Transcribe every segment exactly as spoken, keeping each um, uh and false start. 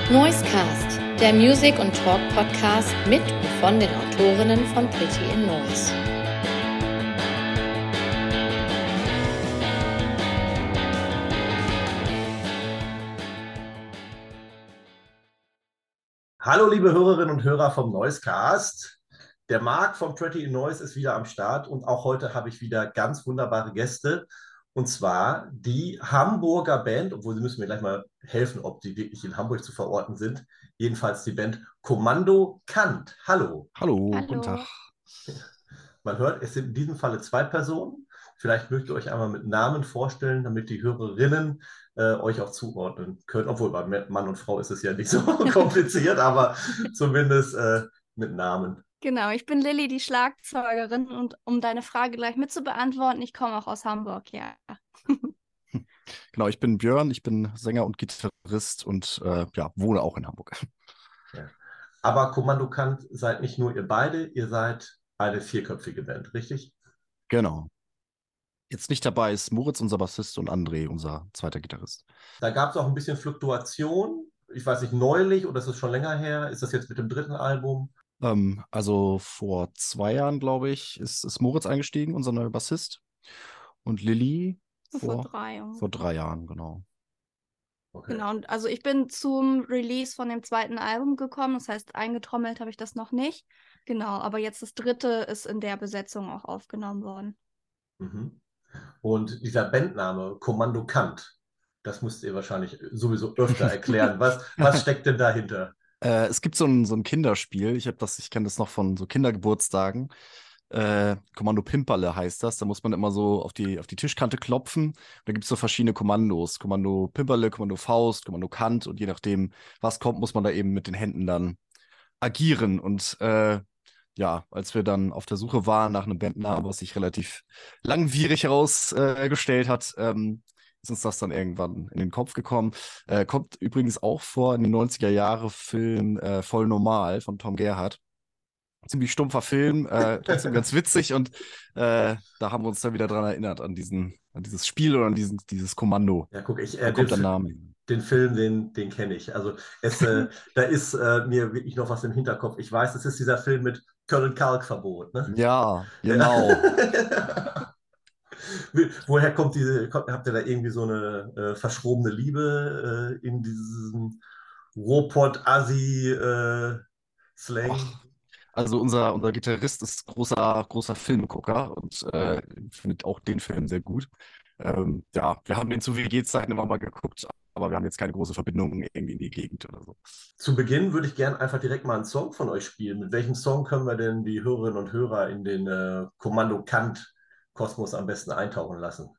Noisecast, der Music- und Talk-Podcast mit und von den Autorinnen von Pretty in Noise. Hallo liebe Hörerinnen und Hörer vom Noisecast. Der Marc von Pretty in Noise ist wieder am Start und auch heute habe ich wieder ganz wunderbare Gäste. Und zwar die Hamburger Band, obwohl sie müssen mir gleich mal helfen, ob die wirklich in Hamburg zu verorten sind. Jedenfalls die Band Kommando Kant. Hallo. Hallo, Hallo. guten Tag. Man hört, es sind in diesem Falle zwei Personen. Vielleicht mögt ihr euch einmal mit Namen vorstellen, damit die Hörerinnen äh, euch auch zuordnen können. Obwohl bei Mann und Frau ist es ja nicht so kompliziert, aber zumindest äh, mit Namen. Genau, ich bin Lilly, die Schlagzeugerin, und um deine Frage gleich mit zu beantworten, ich komme auch aus Hamburg, ja. Genau, ich bin Björn, ich bin Sänger und Gitarrist und äh, ja, wohne auch in Hamburg. Ja. Aber Kommando Kant seid nicht nur ihr beide, ihr seid eine vierköpfige Band, richtig? Genau. Jetzt nicht dabei ist Moritz, unser Bassist, und André, unser zweiter Gitarrist. Da gab es auch ein bisschen Fluktuation. Ich weiß nicht, neulich oder ist es schon länger her? Ist das jetzt mit dem dritten Album? Ähm, also vor zwei Jahren, glaube ich, ist, ist Moritz eingestiegen, unser neuer Bassist. Und Lilly Vor vor, drei Jahren. vor drei Jahren, genau. Okay. Genau, und also ich bin zum Release von dem zweiten Album gekommen, das heißt, eingetrommelt habe ich das noch nicht. Genau, aber jetzt das dritte ist in der Besetzung auch aufgenommen worden. Mhm. Und dieser Bandname Kommando Kant, das müsst ihr wahrscheinlich sowieso öfter erklären. Was, was steckt denn dahinter? Äh, es gibt so ein, so ein Kinderspiel, ich habe das, ich kenne das noch von so Kindergeburtstagen. Äh, Kommando Pimperle heißt das. Da muss man immer so auf die, auf die Tischkante klopfen. Da gibt es so verschiedene Kommandos. Kommando Pimperle, Kommando Faust, Kommando Kant. Und je nachdem, was kommt, muss man da eben mit den Händen dann agieren. Und äh, ja, als wir dann auf der Suche waren nach einem Bandnamen, was sich relativ langwierig herausgestellt hat, ähm, ist uns das dann irgendwann in den Kopf gekommen. Äh, kommt übrigens auch vor in den neunziger-Jahre-Film äh, Voll Normal von Tom Gerhardt. Ziemlich stumpfer Film, äh, trotzdem ganz witzig, und äh, da haben wir uns dann wieder dran erinnert, an diesen, an dieses Spiel oder an diesen, dieses Kommando. Ja, guck, ich, Da äh, den, kommt der Fi- Name. den Film, den, den kenne ich. Also es, äh, da ist äh, mir wirklich noch was im Hinterkopf. Ich weiß, es ist dieser Film mit Köln-Kalk-Verbot, ne? Ja, genau. Ja. Wie- Woher kommt diese, kommt, habt ihr da irgendwie so eine äh, verschrobene Liebe äh, in diesem Robot-Assi-Slang? Ach, also unser, unser Gitarrist ist großer, großer Filmgucker und äh, findet auch den Film sehr gut. Ähm, ja, wir haben den zu W G-Zeiten immer mal geguckt, aber wir haben jetzt keine große Verbindung irgendwie in die Gegend oder so. Zu Beginn würde ich gerne einfach direkt mal einen Song von euch spielen. Mit welchem Song können wir denn die Hörerinnen und Hörer in den äh, Kommando Kant-Kosmos am besten eintauchen lassen?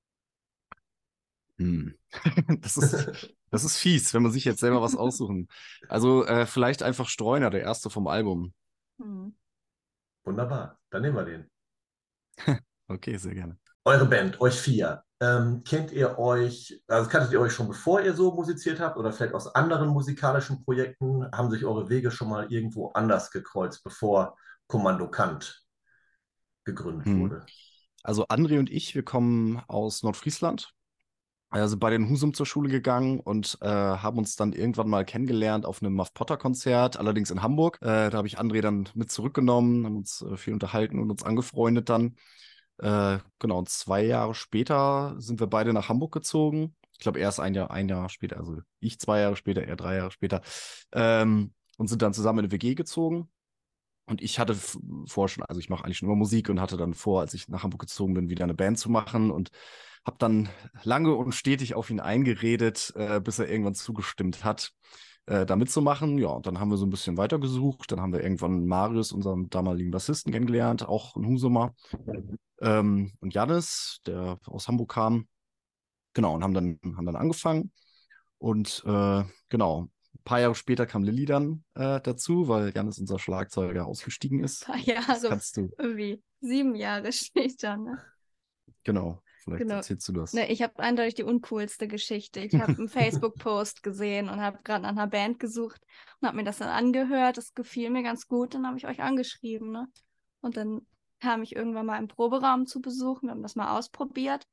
Hm. Das ist, das ist fies, wenn man sich jetzt selber was aussuchen. Also äh, vielleicht einfach Streuner, der erste vom Album. Hm. Wunderbar, dann nehmen wir den. Okay, sehr gerne. Eure Band, euch vier. Ähm, kennt ihr euch, also kanntet ihr euch schon bevor ihr so musiziert habt oder vielleicht aus anderen musikalischen Projekten? Haben sich eure Wege schon mal irgendwo anders gekreuzt, bevor Kommando Kant gegründet Hm. wurde? Also André und ich, wir kommen aus Nordfriesland. Also bei den Husum zur Schule gegangen und äh, haben uns dann irgendwann mal kennengelernt auf einem Muff Potter Konzert, allerdings in Hamburg. Äh, da habe ich André dann mit zurückgenommen, haben uns äh, viel unterhalten und uns angefreundet dann. Äh, genau, und zwei Jahre später sind wir beide nach Hamburg gezogen. Ich glaube, er ist ein Jahr, ein Jahr später, also ich zwei Jahre später, er drei Jahre später. Ähm, und sind dann zusammen in eine W G gezogen. Und ich hatte f- vorher schon, also ich mache eigentlich schon immer Musik und hatte dann vor, als ich nach Hamburg gezogen bin, wieder eine Band zu machen, und habe dann lange und stetig auf ihn eingeredet, äh, bis er irgendwann zugestimmt hat, äh, da mitzumachen. Ja, und dann haben wir so ein bisschen weitergesucht. Dann haben wir irgendwann Marius, unseren damaligen Bassisten, kennengelernt, auch ein Husumer. Ähm, und Jannis, der aus Hamburg kam. Genau, und haben dann, haben dann angefangen. Und äh, genau, ein paar Jahre später kam Lilly dann äh, dazu, weil Jannis, unser Schlagzeuger, ausgestiegen ist. Paar Jahre, Das kannst du, irgendwie sieben Jahre später, ne? genau, vielleicht Genau. erzählst du das. Ne, ich habe eindeutig die uncoolste Geschichte. Ich habe einen Facebook-Post gesehen und habe gerade nach einer Band gesucht und habe mir das dann angehört. Das gefiel mir ganz gut. Dann habe ich euch angeschrieben, ne? Und dann kam ich irgendwann mal im Proberaum zu besuchen. Wir haben das mal ausprobiert.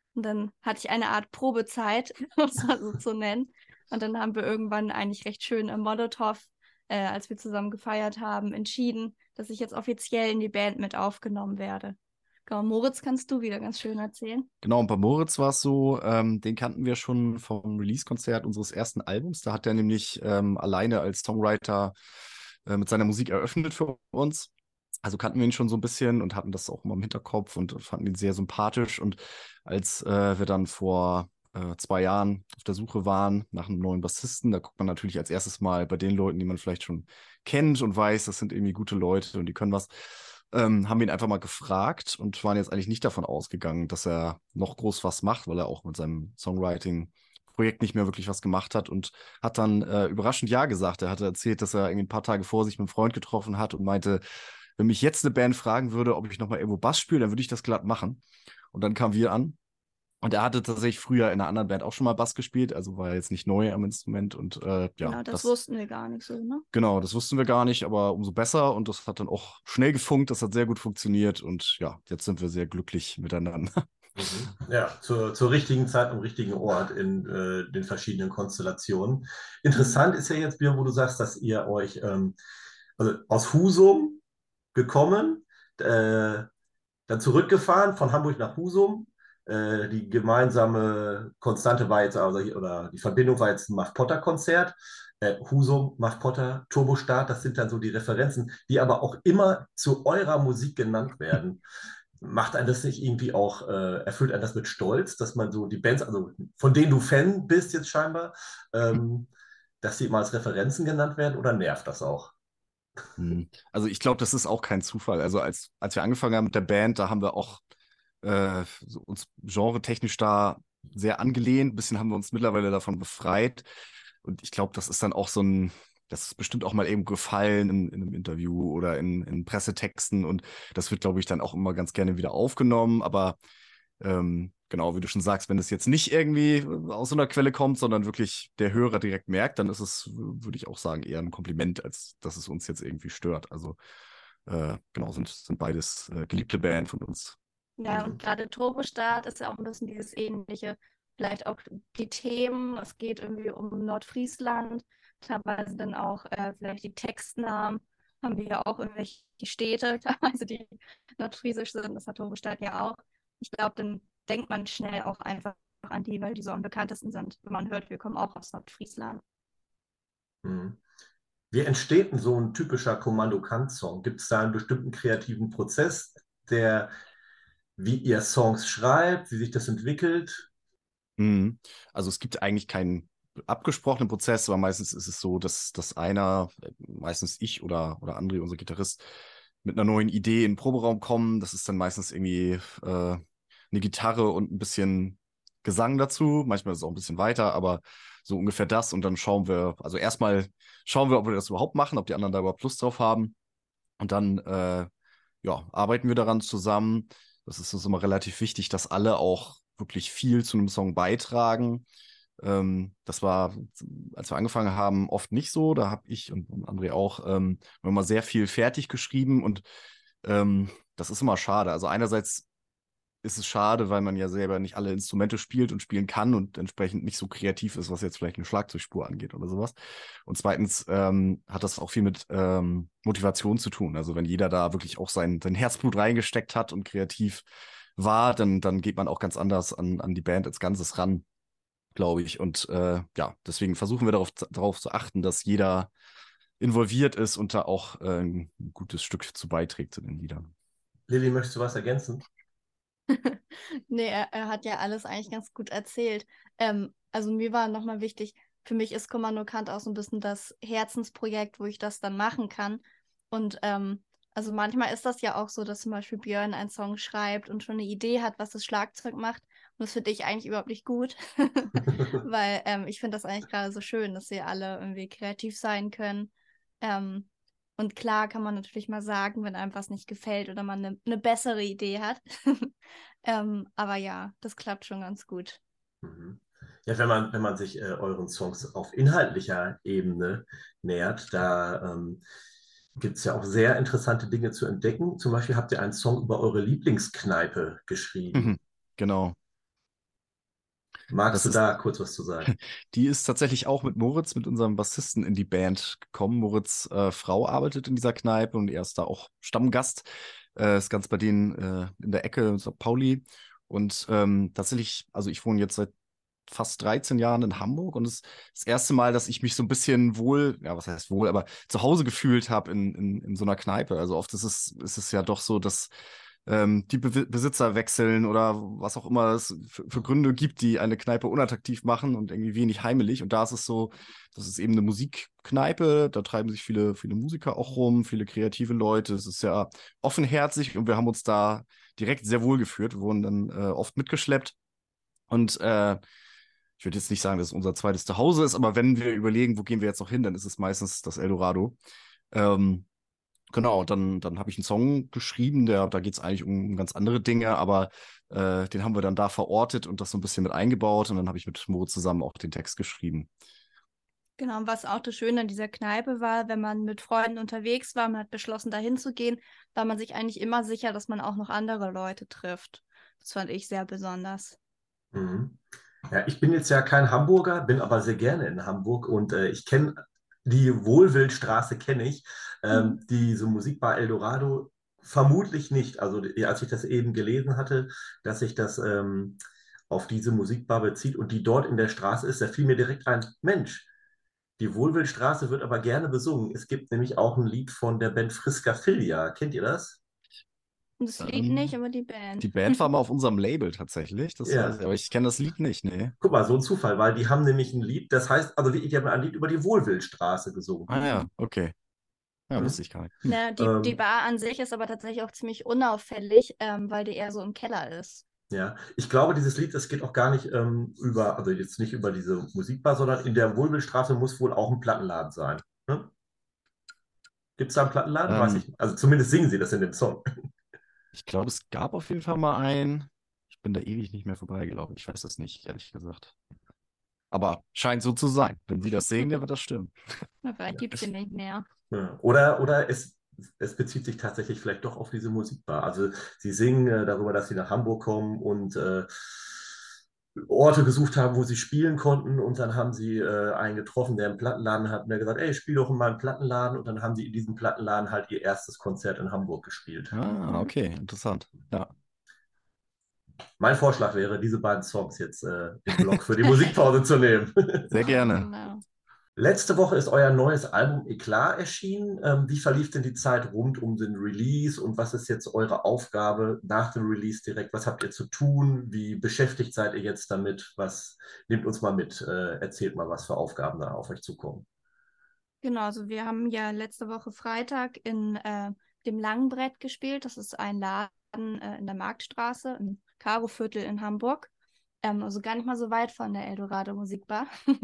Und dann hatte ich eine Art Probezeit, um es mal so zu nennen. Und dann haben wir irgendwann eigentlich recht schön im Molotow, äh, als wir zusammen gefeiert haben, entschieden, dass ich jetzt offiziell in die Band mit aufgenommen werde. Genau, Moritz, kannst du wieder ganz schön erzählen? Genau, und bei Moritz war es so, ähm, den kannten wir schon vom Release-Konzert unseres ersten Albums. Da hat er nämlich ähm, alleine als Songwriter äh, mit seiner Musik eröffnet für uns. Also kannten wir ihn schon so ein bisschen und hatten das auch immer im Hinterkopf und fanden ihn sehr sympathisch. Und als äh, wir dann vor äh, zwei Jahren auf der Suche waren nach einem neuen Bassisten, da guckt man natürlich als erstes mal bei den Leuten, die man vielleicht schon kennt und weiß, das sind irgendwie gute Leute und die können was. Ähm, haben wir ihn einfach mal gefragt und waren jetzt eigentlich nicht davon ausgegangen, dass er noch groß was macht, weil er auch mit seinem Songwriting-Projekt nicht mehr wirklich was gemacht hat und hat dann äh, überraschend Ja gesagt. Er hatte erzählt, dass er irgendwie ein paar Tage vor sich mit einem Freund getroffen hat und meinte, wenn mich jetzt eine Band fragen würde, ob ich nochmal irgendwo Bass spiele, dann würde ich das glatt machen. Und dann kamen wir an. Und er hatte tatsächlich früher in einer anderen Band auch schon mal Bass gespielt, also war er jetzt nicht neu am Instrument. Und äh, ja, Genau, das, das wussten wir gar nicht so, ne? genau, das wussten wir gar nicht, aber umso besser. Und das hat dann auch schnell gefunkt, das hat sehr gut funktioniert. Und ja, jetzt sind wir sehr glücklich miteinander. Mhm. Ja, zur, zur richtigen Zeit am richtigen Ort in äh, den verschiedenen Konstellationen. Interessant ist ja jetzt, Björn, wo du sagst, dass ihr euch ähm, also aus Husum gekommen, äh, dann zurückgefahren von Hamburg nach Husum. Äh, die gemeinsame Konstante war jetzt, also, hier- oder die Verbindung war jetzt ein Muff-Potter-Konzert. Äh, Husum, Muff Potter, Turbostart, das sind dann so die Referenzen, die aber auch immer zu eurer Musik genannt werden. Macht einen das nicht irgendwie auch, äh, erfüllt einen das mit Stolz, dass man so die Bands, also von denen du Fan bist jetzt scheinbar, ähm, dass sie immer als Referenzen genannt werden oder nervt das auch? Hm. Also ich glaube, das ist auch kein Zufall. Also als, als wir angefangen haben mit der Band, da haben wir auch äh, so uns genretechnisch da sehr angelehnt. Ein bisschen haben wir uns mittlerweile davon befreit. Und ich glaube, das ist dann auch so ein, das ist bestimmt auch mal eben gefallen in, in einem Interview oder in, in Pressetexten. Und das wird, glaube ich, dann auch immer ganz gerne wieder aufgenommen. Aber ähm, genau, wie du schon sagst, wenn es jetzt nicht irgendwie aus so einer Quelle kommt, sondern wirklich der Hörer direkt merkt, dann ist es, würde ich auch sagen, eher ein Kompliment, als dass es uns jetzt irgendwie stört. Also äh, genau, sind, sind beides äh, geliebte Band von uns. Ja, und gerade Turbostart ist ja auch ein bisschen dieses Ähnliche. Vielleicht auch die Themen, es geht irgendwie um Nordfriesland, teilweise dann auch äh, vielleicht die Textnamen, haben wir ja auch irgendwelche Städte, teilweise die nordfriesisch sind, das hat Turbostart ja auch. Ich glaube, dann denkt man schnell auch einfach an die, weil die so am bekanntesten sind, wenn man hört, wir kommen auch aus Nordfriesland. Mhm. Wie entsteht denn so ein typischer Kommando-Kant-Song? Gibt es da einen bestimmten kreativen Prozess, der, wie ihr Songs schreibt, wie sich das entwickelt? Mhm. Also es gibt eigentlich keinen abgesprochenen Prozess, aber meistens ist es so, dass, dass einer, äh, meistens ich oder, oder André, unser Gitarrist, mit einer neuen Idee in den Proberaum kommen. Das ist dann meistens irgendwie äh, eine Gitarre und ein bisschen Gesang dazu. Manchmal ist es auch ein bisschen weiter, aber so ungefähr das. Und dann schauen wir, also erstmal schauen wir, ob wir das überhaupt machen, ob die anderen da überhaupt Lust drauf haben. Und dann äh, ja, arbeiten wir daran zusammen. Das ist uns immer relativ wichtig, dass alle auch wirklich viel zu einem Song beitragen. Ähm, das war, als wir angefangen haben, oft nicht so. Da habe ich und, und André auch ähm, immer sehr viel fertig geschrieben und ähm, das ist immer schade. Also einerseits ist es schade, weil man ja selber nicht alle Instrumente spielt und spielen kann und entsprechend nicht so kreativ ist, was jetzt vielleicht eine Schlagzeugspur angeht oder sowas. Und zweitens ähm, hat das auch viel mit ähm, Motivation zu tun. Also wenn jeder da wirklich auch sein, sein Herzblut reingesteckt hat und kreativ war, dann, dann geht man auch ganz anders an, an die Band als Ganzes ran, glaube ich. Und äh, ja, deswegen versuchen wir darauf, darauf zu achten, dass jeder involviert ist und da auch äh, ein gutes Stück zu beiträgt zu den Liedern. Lilly, möchtest du was ergänzen? Nee, er, er hat ja alles eigentlich ganz gut erzählt. Ähm, also mir war nochmal wichtig, für mich ist Kommando Kant auch so ein bisschen das Herzensprojekt, wo ich das dann machen kann. Und ähm, also manchmal ist das ja auch so, dass zum Beispiel Björn einen Song schreibt und schon eine Idee hat, was das Schlagzeug macht. Und das finde ich eigentlich überhaupt nicht gut, weil ähm, ich finde das eigentlich gerade so schön, dass wir alle irgendwie kreativ sein können. Ähm, und klar kann man natürlich mal sagen, wenn einem was nicht gefällt oder man eine ne bessere Idee hat. Ähm, aber ja, das klappt schon ganz gut. Mhm. Ja, wenn man, wenn man sich äh, euren Songs auf inhaltlicher Ebene nähert, da ähm, gibt es ja auch sehr interessante Dinge zu entdecken. Zum Beispiel habt ihr einen Song über eure Lieblingskneipe geschrieben. Genau. Magst Das du ist, da kurz was zu sagen? die ist tatsächlich auch mit Moritz, mit unserem Bassisten, in die Band gekommen. Moritz' äh, Frau arbeitet in dieser Kneipe und er ist da auch Stammgast. Äh, ist ganz bei denen äh, in der Ecke, in Sankt Pauli. Und ähm, tatsächlich, also ich wohne jetzt seit fast dreizehn Jahren in Hamburg und es ist das erste Mal, dass ich mich so ein bisschen wohl, ja, was heißt wohl, aber zu Hause gefühlt habe in, in, in so einer Kneipe. Also oft ist es, ist es ja doch so, dass ähm, die Be Besitzer wechseln oder was auch immer es für, für Gründe gibt, die eine Kneipe unattraktiv machen und irgendwie wenig heimelig. Und da ist es so, das ist eben eine Musikkneipe, da treiben sich viele, viele Musiker auch rum, viele kreative Leute. Es ist ja offenherzig und wir haben uns da direkt sehr wohl gefühlt. Wir wurden dann äh, oft mitgeschleppt. Und äh, ich würde jetzt nicht sagen, dass es unser zweites Zuhause ist, aber wenn wir überlegen, wo gehen wir jetzt noch hin, dann ist es meistens das Eldorado. Ähm, genau, dann, dann habe ich einen Song geschrieben, der, da geht es eigentlich um ganz andere Dinge, aber äh, den haben wir dann da verortet und das so ein bisschen mit eingebaut und dann habe ich mit Moritz zusammen auch den Text geschrieben. Genau, und was auch das Schöne an dieser Kneipe war, wenn man mit Freunden unterwegs war, man hat beschlossen, dahin zu gehen, war man sich eigentlich immer sicher, dass man auch noch andere Leute trifft. Das fand ich sehr besonders. Mhm. Ja, ich bin jetzt ja kein Hamburger, bin aber sehr gerne in Hamburg und äh, ich kenne die Wohlwildstraße, kenne ich. Ähm, Mhm. diese Musikbar Eldorado vermutlich nicht. Also die- als ich das eben gelesen hatte, dass sich das ähm, auf diese Musikbar bezieht und die dort in der Straße ist, da fiel mir direkt ein, Mensch, die Wohlwildstraße wird aber gerne besungen. Es gibt nämlich auch ein Lied von der Band Friska Filia. Kennt ihr das? Und das Lied nicht, Ähm, aber die Band. die Band war mal auf unserem Label tatsächlich, das weiß Ja. ich, aber ich kenne das Lied nicht, nee. Guck mal, so ein Zufall, weil die haben nämlich ein Lied, das heißt, also wirklich, die haben ein Lied über die Wohlwildstraße gesungen. Ah ja, okay. Ja, Hm? wusste ich gar nicht. Hm. Na, die, die Ähm, Bar an sich ist aber tatsächlich auch ziemlich unauffällig, ähm, weil die eher so im Keller ist. ja, ich glaube, dieses Lied, das geht auch gar nicht ähm, über, also jetzt nicht über diese Musikbar, sondern in der Wohlwildstraße muss wohl auch ein Plattenladen sein. Ne? Gibt es da einen Plattenladen? Weiß Ähm, ich. Also zumindest singen sie das in dem Song. Ich glaube, es gab auf jeden Fall mal einen. Ich bin da ewig nicht mehr vorbeigelaufen. Ich weiß das nicht, ehrlich gesagt. Aber scheint so zu sein. Wenn Sie das sehen, dann wird das stimmen. Na, vielleicht gibt es den nicht mehr. Ja. Oder, oder es, es bezieht sich tatsächlich vielleicht doch auf diese Musikbar. Also sie singen äh, darüber, dass sie nach Hamburg kommen und äh, Orte gesucht haben, wo sie spielen konnten. Und dann haben sie äh, einen getroffen, der einen Plattenladen hat. Und der gesagt, ey, spiel doch in meinem Plattenladen. Und dann haben sie in diesem Plattenladen halt ihr erstes Konzert in Hamburg gespielt. Ah, Mhm. okay, interessant. Ja. Mein Vorschlag wäre, diese beiden Songs jetzt äh, im Blog für die Musikpause zu nehmen. Sehr Ja, gerne. genau. Letzte Woche ist euer neues Album Eklat erschienen. Ähm, wie verlief denn die Zeit rund um den Release und was ist jetzt eure Aufgabe nach dem Release direkt? Was habt ihr zu tun? Wie beschäftigt seid ihr jetzt damit? Was nehmt uns mal mit? Äh, erzählt mal, was für Aufgaben da auf euch zukommen. Genau, also wir haben ja letzte Woche Freitag in äh, dem Langbrett gespielt. Das ist ein Laden äh, in der Marktstraße im Karo-Viertel in Hamburg. Ähm, also gar nicht mal so weit von der Eldorado Musikbar.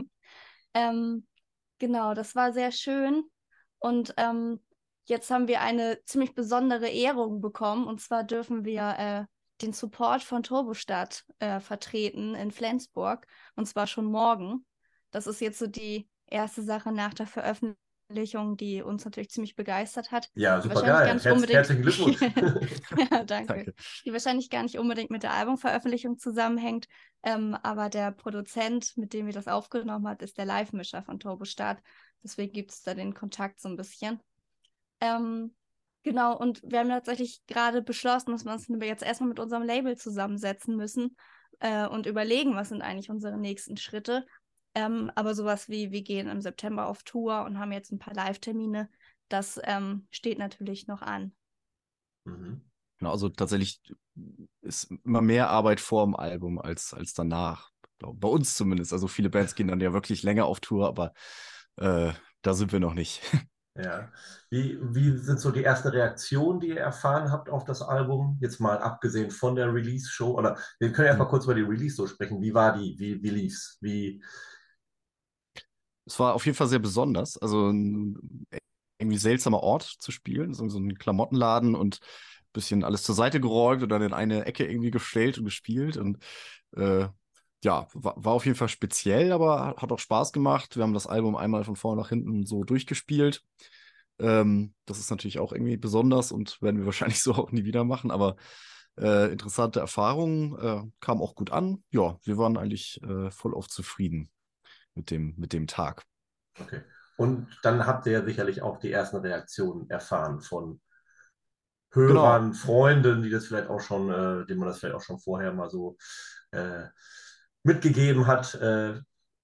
ähm, genau, das war sehr schön. Und ähm, jetzt haben wir eine ziemlich besondere Ehrung bekommen. Und zwar dürfen wir äh, den Support von Turbostadt äh, vertreten in Flensburg. Und zwar schon morgen. Das ist jetzt so die erste Sache nach der Veröffentlichung, die uns natürlich ziemlich begeistert hat. Ja, Die super wahrscheinlich gar geil. nicht Herz, unbedingt. herzlichen Glückwunsch. Ja, danke. Danke. Die wahrscheinlich gar nicht unbedingt mit der Albumveröffentlichung zusammenhängt. Ähm, aber der Produzent, mit dem wir das aufgenommen hat, ist der Live-Mischer von Turbostart. Deswegen gibt es da den Kontakt so ein bisschen. Ähm, genau, und wir haben tatsächlich gerade beschlossen, dass wir uns jetzt erstmal mit unserem Label zusammensetzen müssen äh, und überlegen, was sind eigentlich unsere nächsten Schritte. Ähm, aber sowas wie, wir gehen im September auf Tour und haben jetzt ein paar Live-Termine, das ähm, steht natürlich noch an. Mhm. Genau, also tatsächlich ist immer mehr Arbeit vor dem Album als, als danach. Glaub, bei uns zumindest. Also viele Bands gehen dann ja wirklich länger auf Tour, aber äh, da sind wir noch nicht. Ja. Wie, wie sind so die ersten Reaktionen, die ihr erfahren habt auf das Album? Jetzt mal abgesehen von der Release-Show. Oder wir können erst mal kurz über die Release-Show sprechen. Wie war die? Wie, wie lief's? Wie, Es war auf jeden Fall sehr besonders. Also ein irgendwie seltsamer Ort zu spielen. So, so ein Klamottenladen und ein bisschen alles zur Seite geräumt und dann in eine Ecke irgendwie gestellt und gespielt. Und äh, ja, war, war auf jeden Fall speziell, aber hat auch Spaß gemacht. Wir haben das Album einmal von vorne nach hinten so durchgespielt. Ähm, das ist natürlich auch irgendwie besonders und werden wir wahrscheinlich so auch nie wieder machen. Aber Äh, interessante Erfahrung, äh, kam auch gut an. Ja, wir waren eigentlich äh, vollauf zufrieden mit dem, mit dem Tag. Okay. Und dann habt ihr ja sicherlich auch die ersten Reaktionen erfahren von Genau, Hörern, Freunden, die das vielleicht auch schon, äh, denen man das vielleicht auch schon vorher mal so äh, mitgegeben hat. Äh,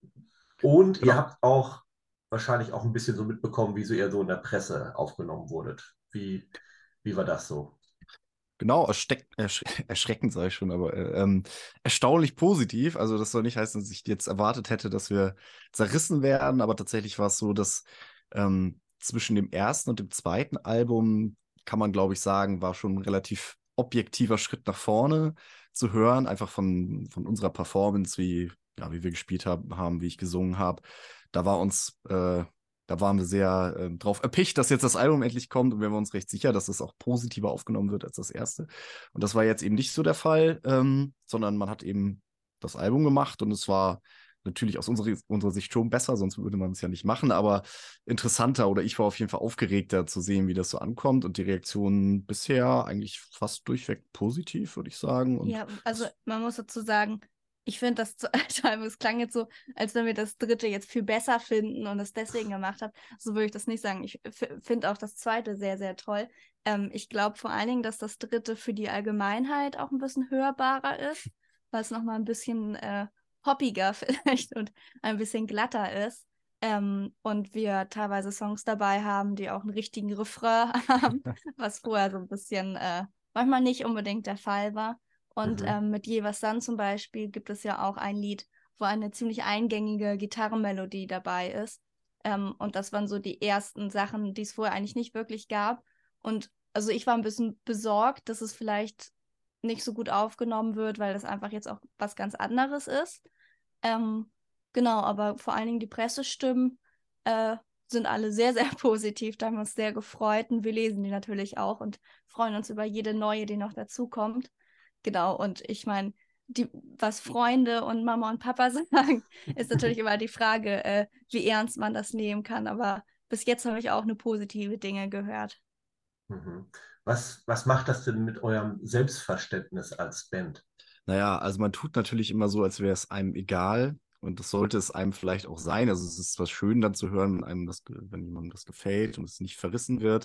und ihr genau. habt auch wahrscheinlich auch ein bisschen so mitbekommen, wie so ihr so in der Presse aufgenommen wurdet. Wie, wie war das so? Genau, ersteck, ersch erschreckend sage ich schon, aber äh, ähm, erstaunlich positiv. Also das soll nicht heißen, dass ich jetzt erwartet hätte, dass wir zerrissen werden, aber tatsächlich war es so, dass ähm, zwischen dem ersten und dem zweiten Album, kann man glaube ich sagen, war schon ein relativ objektiver Schritt nach vorne zu hören, einfach von, von unserer Performance, wie, ja, wie wir gespielt haben, haben, wie ich gesungen habe. Da war uns äh, Da waren wir sehr äh, drauf erpicht, dass jetzt das Album endlich kommt und wir waren uns recht sicher, dass es auch positiver aufgenommen wird als das erste. Und das war jetzt eben nicht so der Fall, ähm, sondern man hat eben das Album gemacht und es war natürlich aus unserer, unserer Sicht schon besser, sonst würde man es ja nicht machen, aber interessanter oder ich war auf jeden Fall aufgeregter zu sehen, wie das so ankommt und die Reaktionen bisher eigentlich fast durchweg positiv, würde ich sagen. Und Ja, also das, man muss dazu sagen, ich finde das zweite Album, es klang jetzt so, als wenn wir das dritte jetzt viel besser finden und es deswegen gemacht haben. So würde ich das nicht sagen. Ich finde auch das zweite sehr, sehr toll. Ähm, ich glaube vor allen Dingen, dass das dritte für die Allgemeinheit auch ein bisschen hörbarer ist, weil es nochmal ein bisschen äh, poppiger vielleicht und ein bisschen glatter ist. Ähm, und wir teilweise Songs dabei haben, die auch einen richtigen Refrain haben, was vorher so ein bisschen äh, manchmal nicht unbedingt der Fall war. Und Mhm. ähm, mit Je was dann zum Beispiel gibt es ja auch ein Lied, wo eine ziemlich eingängige Gitarrenmelodie dabei ist. Ähm, und das waren so die ersten Sachen, die es vorher eigentlich nicht wirklich gab. Und also ich war ein bisschen besorgt, dass es vielleicht nicht so gut aufgenommen wird, weil das einfach jetzt auch was ganz anderes ist. Ähm, genau, aber vor allen Dingen die Pressestimmen äh, sind alle sehr, sehr positiv. Da haben wir uns sehr gefreut und wir lesen die natürlich auch und freuen uns über jede neue, die noch dazukommt. Genau, und ich meine, die, was Freunde und Mama und Papa sagen, ist natürlich immer die Frage, äh, wie ernst man das nehmen kann. Aber bis jetzt habe ich auch nur positive Dinge gehört. Mhm. Was, was macht das denn mit eurem Selbstverständnis als Band? naja, also man tut natürlich immer so, als wäre es einem egal. Und das sollte es einem vielleicht auch sein. Also es ist zwar schön dann zu hören, wenn einem das, ge- wenn jemandem das gefällt und es nicht verrissen wird.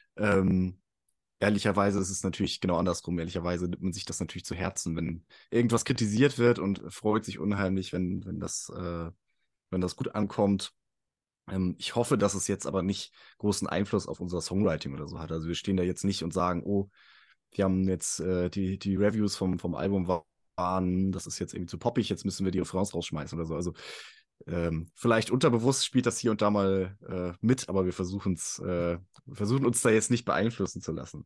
Ähm, Ehrlicherweise ist es natürlich genau andersrum. Ehrlicherweise nimmt man sich das natürlich zu Herzen, wenn irgendwas kritisiert wird und freut sich unheimlich, wenn, wenn das, äh, wenn das gut ankommt. Ähm, ich hoffe, dass es jetzt aber nicht großen Einfluss auf unser Songwriting oder so hat. Also wir stehen da jetzt nicht und sagen, oh, wir haben jetzt äh, die, die Reviews vom, vom Album waren, das ist jetzt irgendwie zu poppig, jetzt müssen wir die Refrains rausschmeißen oder so. Also ähm, vielleicht unterbewusst spielt das hier und da mal äh, mit, aber wir versuchen es, äh, versuchen uns da jetzt nicht beeinflussen zu lassen.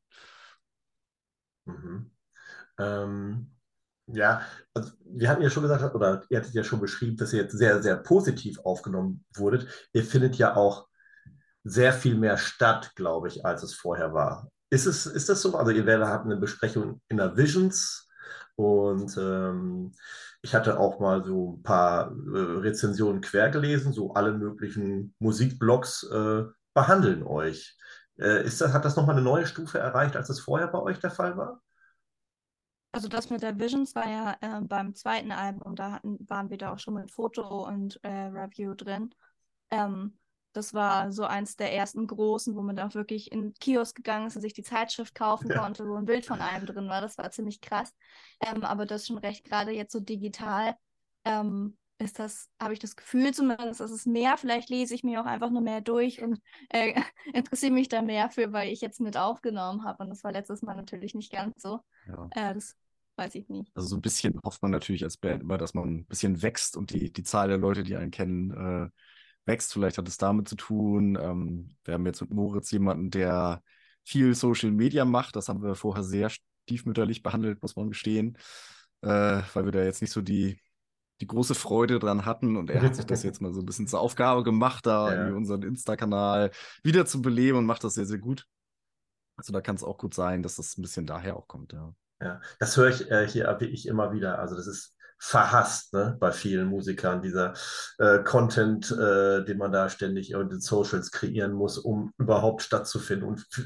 Mhm. Ähm, ja, also wir hatten ja schon gesagt, oder ihr hattet ja schon beschrieben, dass ihr jetzt sehr, sehr positiv aufgenommen wurdet. Ihr findet ja auch sehr viel mehr statt, glaube ich, als es vorher war. Ist es, ist das so? Also ihr werdet habt eine Besprechung in der Visions und ähm, ich hatte auch mal so ein paar äh, Rezensionen quer gelesen, so alle möglichen Musikblogs äh, behandeln euch. Äh, ist das, hat das nochmal eine neue Stufe erreicht, als es vorher bei euch der Fall war? Also das mit der Visions war ja äh, beim zweiten Album, da hatten, waren wir da auch schon mit Foto und äh, Review drin. Ähm, Das war so eins der ersten großen, wo man dann auch wirklich in den Kiosk gegangen ist und sich die Zeitschrift kaufen Ja. konnte, wo ein Bild von einem drin war. Das war ziemlich krass. Ähm, aber das ist schon recht, gerade jetzt so digital, ähm, ist das, habe ich das Gefühl zumindest, dass es mehr. Vielleicht lese ich mir auch einfach nur mehr durch und äh, interessiere mich da mehr für, weil ich jetzt mit aufgenommen habe. Und das war letztes Mal natürlich nicht ganz so. Ja. Äh, das weiß ich nicht. Also so ein bisschen hofft man natürlich als Band immer, dass man ein bisschen wächst und die, die Zahl der Leute, die einen kennen, äh, wächst. Vielleicht hat es damit zu tun. Ähm, wir haben jetzt mit Moritz jemanden, der viel Social Media macht. Das haben wir vorher sehr stiefmütterlich behandelt, muss man gestehen, äh, weil wir da jetzt nicht so die, die große Freude dran hatten. Und er hat sich das jetzt mal so ein bisschen zur Aufgabe gemacht, da irgendwie Ja. unseren Insta-Kanal wieder zu beleben und macht das sehr, sehr gut. Also da kann es auch gut sein, dass das ein bisschen daher auch kommt, ja. Ja, das höre ich äh, hier wirklich immer wieder. Also das ist verhasst, ne, bei vielen Musikern, dieser äh, Content, äh, den man da ständig in den Socials kreieren muss, um überhaupt stattzufinden und f-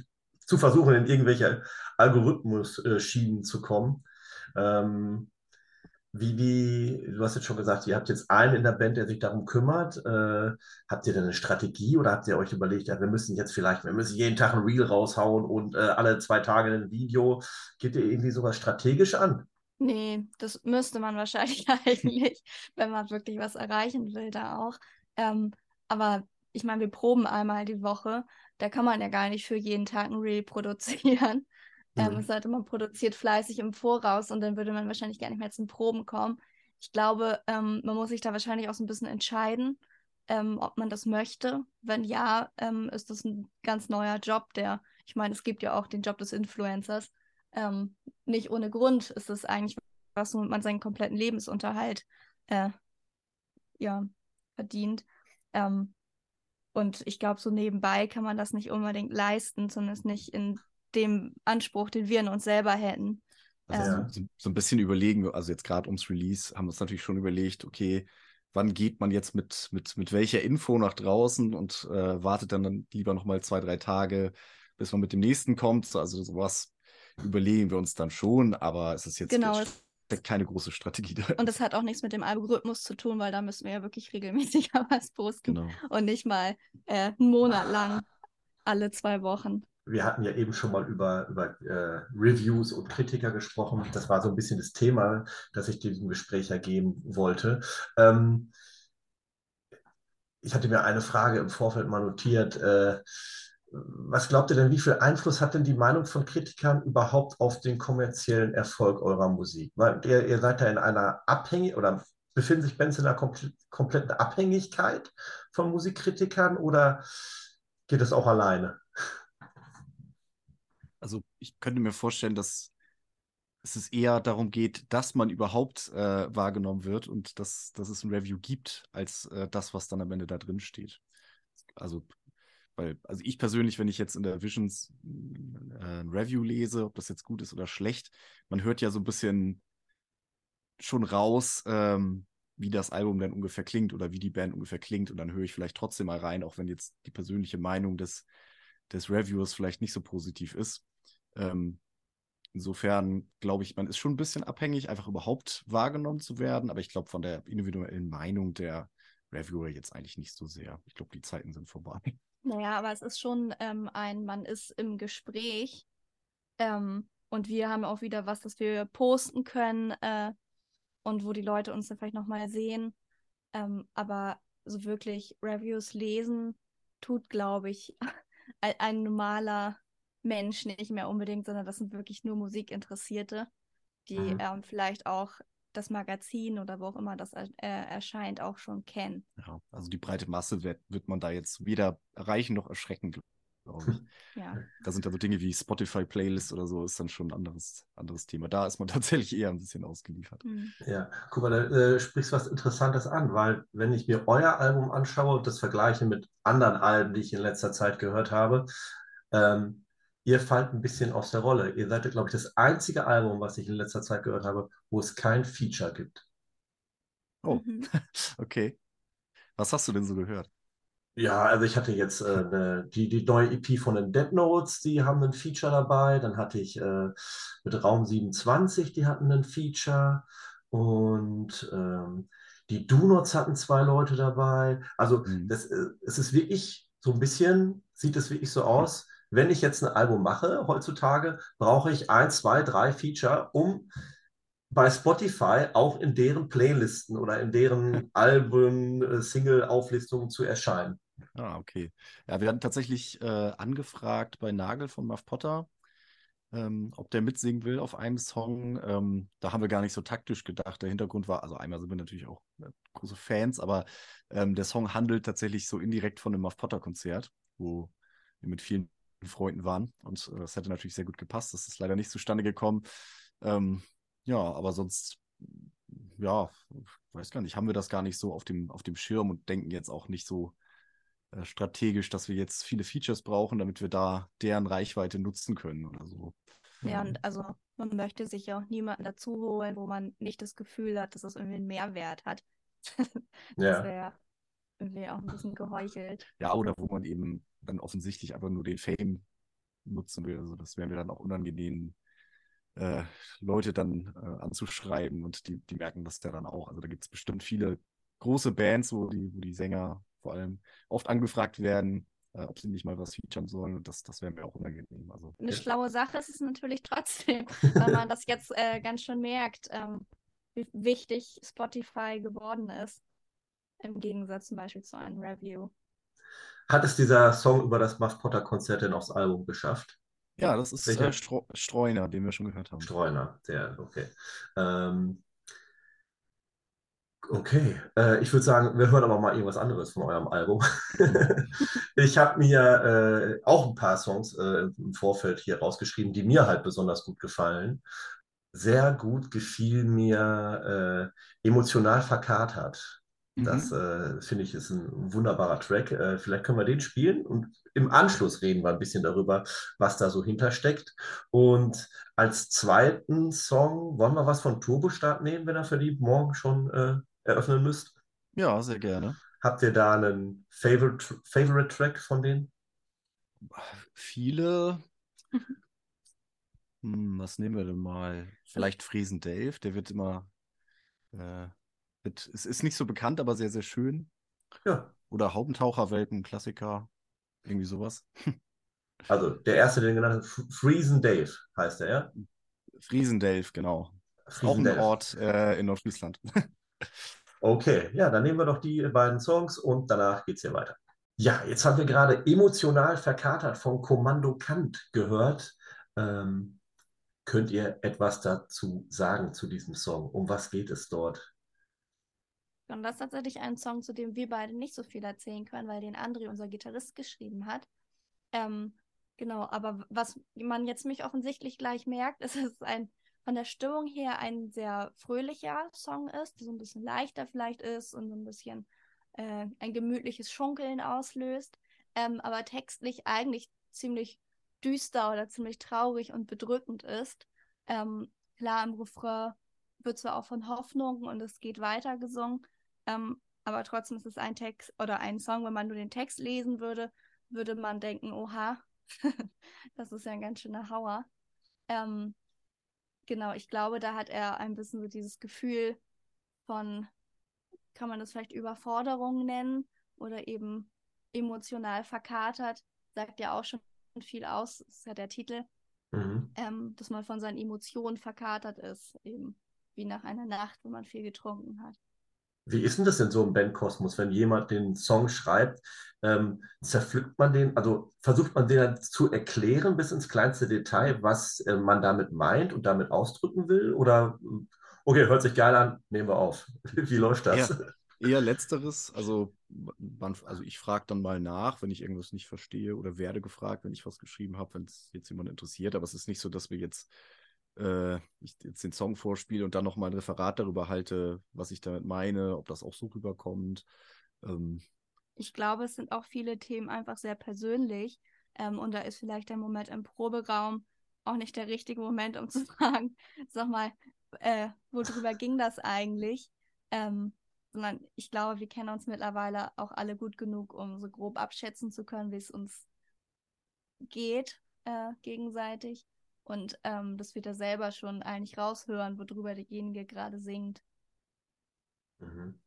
zu versuchen, in irgendwelche Algorithmus-Schienen zu kommen. Ähm, wie, wie, du hast jetzt schon gesagt, ihr habt jetzt einen in der Band, der sich darum kümmert. Äh, habt ihr denn eine Strategie oder habt ihr euch überlegt, ja, wir müssen jetzt vielleicht, wir müssen jeden Tag ein Reel raushauen und äh, alle zwei Tage ein Video? Geht ihr irgendwie sowas strategisch an? Nee, das müsste man wahrscheinlich eigentlich, wenn man wirklich was erreichen will, da auch. Ähm, aber ich meine, wir proben einmal die Woche. Da kann man ja gar nicht für jeden Tag ein Reel produzieren. Ähm, es Hm. sei denn, man produziert fleißig im Voraus und dann würde man wahrscheinlich gar nicht mehr zum Proben kommen. Ich glaube, ähm, man muss sich da wahrscheinlich auch so ein bisschen entscheiden, ähm, ob man das möchte. Wenn ja, ähm, ist das ein ganz neuer Job, der, ich meine, es gibt ja auch den Job des Influencers. Ähm, Nicht ohne Grund ist es eigentlich was, womit man seinen kompletten Lebensunterhalt äh, ja, verdient. Ähm, und ich glaube, so nebenbei kann man das nicht unbedingt leisten, zumindest nicht in dem Anspruch, den wir in uns selber hätten. Also so, Ähm, Ja. so, so ein bisschen überlegen, also jetzt gerade ums Release, haben wir uns natürlich schon überlegt, okay, wann geht man jetzt mit, mit, mit welcher Info nach draußen und äh, wartet dann, dann lieber nochmal zwei, drei Tage, bis man mit dem nächsten kommt. So, also sowas überlegen wir uns dann schon, aber es ist jetzt, genau, es es, steckt keine große Strategie und dahinter. das hat auch nichts mit dem Algorithmus zu tun, weil da müssen wir ja wirklich regelmäßig was posten Genau. und nicht mal äh, einen Monat lang alle zwei Wochen. Wir hatten ja eben schon mal über, über äh, Reviews und Kritiker gesprochen. Das war so ein bisschen das Thema, das ich diesem Gespräch ergeben wollte. Ähm, ich hatte mir eine Frage im Vorfeld mal notiert. Äh, was glaubt ihr denn, wie viel Einfluss hat denn die Meinung von Kritikern überhaupt auf den kommerziellen Erfolg eurer Musik? Weil ihr, ihr seid ja in einer Abhängigkeit oder befinden sich Bands in einer komple kompletten Abhängigkeit von Musikkritikern oder geht es auch alleine? Also ich könnte mir vorstellen, dass es ist eher darum geht, dass man überhaupt äh, wahrgenommen wird und dass, dass es ein Review gibt, als äh, das, was dann am Ende da drin steht. Also, weil, also ich persönlich, wenn ich jetzt in der Visions äh, ein Review lese, ob das jetzt gut ist oder schlecht, man hört ja so ein bisschen schon raus, ähm, wie das Album dann ungefähr klingt oder wie die Band ungefähr klingt und dann höre ich vielleicht trotzdem mal rein, auch wenn jetzt die persönliche Meinung des, des Reviewers vielleicht nicht so positiv ist. Ähm, Insofern glaube ich, man ist schon ein bisschen abhängig, einfach überhaupt wahrgenommen zu werden. Aber ich glaube, von der individuellen Meinung der Reviewer jetzt eigentlich nicht so sehr. Ich glaube, die Zeiten sind vorbei. Naja, aber es ist schon ähm, ein, man ist im Gespräch ähm, und wir haben auch wieder was, das wir posten können äh, und wo die Leute uns dann vielleicht nochmal sehen. Ähm, aber so wirklich Reviews lesen tut, glaube ich, ein, ein normaler Mensch nicht mehr unbedingt, sondern das sind wirklich nur Musikinteressierte, die Mhm. ähm, vielleicht auch das Magazin oder wo auch immer das er äh, erscheint, auch schon kennen. Ja, also die breite Masse wird, wird man da jetzt weder erreichen noch erschrecken, glaube ich. Ja. Da sind ja so Dinge wie Spotify-Playlists oder so, ist dann schon ein anderes, anderes Thema. Da ist man tatsächlich eher ein bisschen ausgeliefert. Hm. Ja, guck mal, da äh, sprichst was Interessantes an, weil wenn ich mir euer Album anschaue und das vergleiche mit anderen Alben, die ich in letzter Zeit gehört habe, ähm, ihr fallt ein bisschen aus der Rolle. Ihr seid, glaube ich, das einzige Album, was ich in letzter Zeit gehört habe, wo es kein Feature gibt. Oh, Mhm. okay. Was hast du denn so gehört? Ja, also ich hatte jetzt äh, ne, die, die neue E P von den Dead Notes, die haben ein Feature dabei. Dann hatte ich äh, mit Raum siebenundzwanzig, die hatten ein Feature. Und ähm, die Do-Nots hatten zwei Leute dabei. Also Hm. das, äh, es ist wirklich so ein bisschen, sieht es wirklich so aus, wenn ich jetzt ein Album mache, heutzutage, brauche ich ein, zwei, drei Feature, um bei Spotify auch in deren Playlisten oder in deren Alben, äh, Single-Auflistungen zu erscheinen. Ah, okay. Ja, wir hatten tatsächlich äh, angefragt bei Nagel von Muff Potter, ähm, ob der mitsingen will auf einem Song. Ähm, da haben wir gar nicht so taktisch gedacht. Der Hintergrund war, also einmal sind wir natürlich auch äh, große Fans, aber ähm, der Song handelt tatsächlich so indirekt von einem Muff Potter Konzert, wo wir mit vielen Freunden waren. Und äh, das hätte natürlich sehr gut gepasst. Das ist leider nicht zustande gekommen. Ähm, ja, aber sonst, ja, weiß gar nicht, haben wir das gar nicht so auf dem, auf dem Schirm und denken jetzt auch nicht so äh, strategisch, dass wir jetzt viele Features brauchen, damit wir da deren Reichweite nutzen können oder so. Ja, Ähm, und also man möchte sich ja auch niemanden dazu holen, wo man nicht das Gefühl hat, dass es irgendwie einen Mehrwert hat. Das Ja. wäre irgendwie auch ein bisschen geheuchelt. ja, oder wo man eben dann offensichtlich einfach nur den Fame nutzen will. Also das wäre mir dann auch unangenehm, äh, Leute dann äh, anzuschreiben und die, die merken das ja dann auch. Also da gibt es bestimmt viele große Bands, wo die, wo die Sänger vor allem oft angefragt werden, äh, ob sie nicht mal was featuren sollen. Und das, das wäre mir auch unangenehm. Also, Eine Ja. schlaue Sache ist es natürlich trotzdem, weil man das jetzt äh, ganz schön merkt, ähm, wie wichtig Spotify geworden ist, im Gegensatz zum Beispiel zu einem Review. Hat es dieser Song über das Muff Potter Konzert denn aufs Album geschafft? ja, das ist äh, Welcher? Stro Streuner, den wir schon gehört haben. Streuner, der, okay. Ähm, okay, äh, ich würde sagen, wir hören aber mal irgendwas anderes von eurem Album. Ich habe mir äh, auch ein paar Songs äh, im Vorfeld hier rausgeschrieben, die mir halt besonders gut gefallen. Sehr gut gefiel mir äh, Emotional verkatert. Das Mhm. äh, finde ich ist ein wunderbarer Track. Äh, vielleicht können wir den spielen und im Anschluss reden wir ein bisschen darüber, was da so hintersteckt. Und als zweiten Song wollen wir was von Turbostart nehmen, wenn ihr für die morgen schon äh, eröffnen müsst. Ja, sehr gerne. Habt ihr da einen Favorite, Favorite Track von denen? Viele. Hm, was nehmen wir denn mal? Vielleicht Friesen Dave, der wird immer, äh, wird, es ist nicht so bekannt, aber sehr, sehr schön. Ja, Oder Haubentaucherwelpen, Klassiker, irgendwie sowas. also der erste, den genannt hat, Friesen Dave heißt er, ja? Friesen Dave, genau. Ist auch Friesen ein Dave. Ort äh, in Nordfriesland. Okay, ja, dann nehmen wir doch die beiden Songs und danach geht's hier weiter. Ja, jetzt haben wir gerade emotional verkatert von Kommando Kant gehört. Ähm, könnt ihr etwas dazu sagen zu diesem Song? Um was geht es dort? Und das ist tatsächlich ein Song, zu dem wir beide nicht so viel erzählen können, weil den André, unser Gitarrist, geschrieben hat. Ähm, genau, aber was man jetzt mich offensichtlich gleich merkt, ist, dass es ein, von der Stimmung her ein sehr fröhlicher Song ist, der so ein bisschen leichter vielleicht ist und so ein bisschen äh, ein gemütliches Schunkeln auslöst, ähm, aber textlich eigentlich ziemlich düster oder ziemlich traurig und bedrückend ist. Ähm, klar, im Refrain wird zwar auch von Hoffnung und es geht weiter gesungen, ähm, aber trotzdem ist es ein Text oder ein Song, wenn man nur den Text lesen würde, würde man denken, oha, das ist ja ein ganz schöner Hauer. Ähm, genau, ich glaube, da hat er ein bisschen so dieses Gefühl von, kann man das vielleicht Überforderung nennen oder eben emotional verkatert, sagt ja auch schon viel aus, das ist ja der Titel, Mhm. ähm, dass man von seinen Emotionen verkatert ist, eben wie nach einer Nacht, wo man viel getrunken hat. Wie ist denn das in so einem Bandkosmos, wenn jemand den Song schreibt? Ähm, zerpflückt man den, also versucht man den dann zu erklären bis ins kleinste Detail, was äh, man damit meint und damit ausdrücken will? Oder, okay, hört sich geil an, nehmen wir auf. Wie läuft das? Eher, eher Letzteres. Also, man, also ich frage dann mal nach, wenn ich irgendwas nicht verstehe oder werde gefragt, wenn ich was geschrieben habe, wenn es jetzt jemand interessiert. Aber es ist nicht so, dass wir jetzt, äh, ich jetzt den Song vorspiele und dann nochmal ein Referat darüber halte, was ich damit meine, ob das auch so rüberkommt. Ähm, Ich glaube, es sind auch viele Themen einfach sehr persönlich. Ähm, und da ist vielleicht der Moment im Proberaum auch nicht der richtige Moment, um zu fragen, sag mal, äh, worüber ging das eigentlich? Ähm, sondern ich glaube, wir kennen uns mittlerweile auch alle gut genug, um so grob abschätzen zu können, wie es uns geht äh, gegenseitig. Und ähm, dass wir da selber schon eigentlich raushören, worüber derjenige gerade singt. Mhm.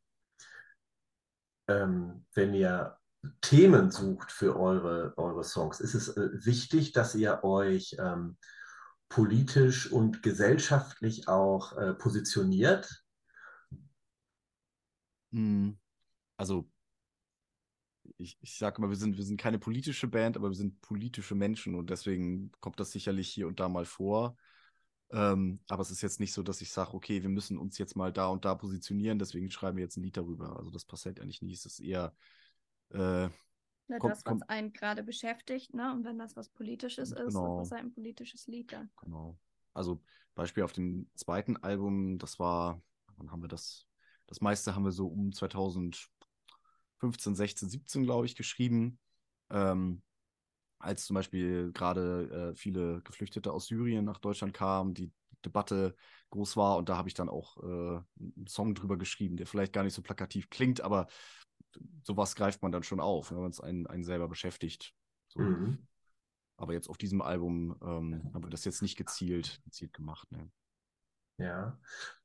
Ähm, wenn ihr Themen sucht für eure, eure Songs, ist es äh, wichtig, dass ihr euch ähm, politisch und gesellschaftlich auch äh, positioniert? mh, also ich, ich sage immer, wir sind, wir sind keine politische Band, aber wir sind politische Menschen und deswegen kommt das sicherlich hier und da mal vor. Ähm, aber es ist jetzt nicht so, dass ich sage, okay, wir müssen uns jetzt mal da und da positionieren, deswegen schreiben wir jetzt ein Lied darüber. Also das passiert eigentlich nie. Es ist eher, äh, Ne, kommt, das, was kommt, einen gerade beschäftigt, ne? Und wenn das was Politisches ist, ist das genau, halt ein politisches Lied dann. genau. Also Beispiel auf dem zweiten Album, das war, wann haben wir das? Das meiste haben wir so um zweitausendfünfzehn, sechzehn, siebzehn, glaube ich, geschrieben. Ähm, als zum Beispiel gerade äh, viele Geflüchtete aus Syrien nach Deutschland kamen, die Debatte groß war und da habe ich dann auch äh, einen Song drüber geschrieben, der vielleicht gar nicht so plakativ klingt, aber sowas greift man dann schon auf, wenn man es einen, einen selber beschäftigt. So. Mhm. Aber jetzt auf diesem Album ähm, haben wir das jetzt nicht gezielt, gezielt gemacht. Ne? Ja.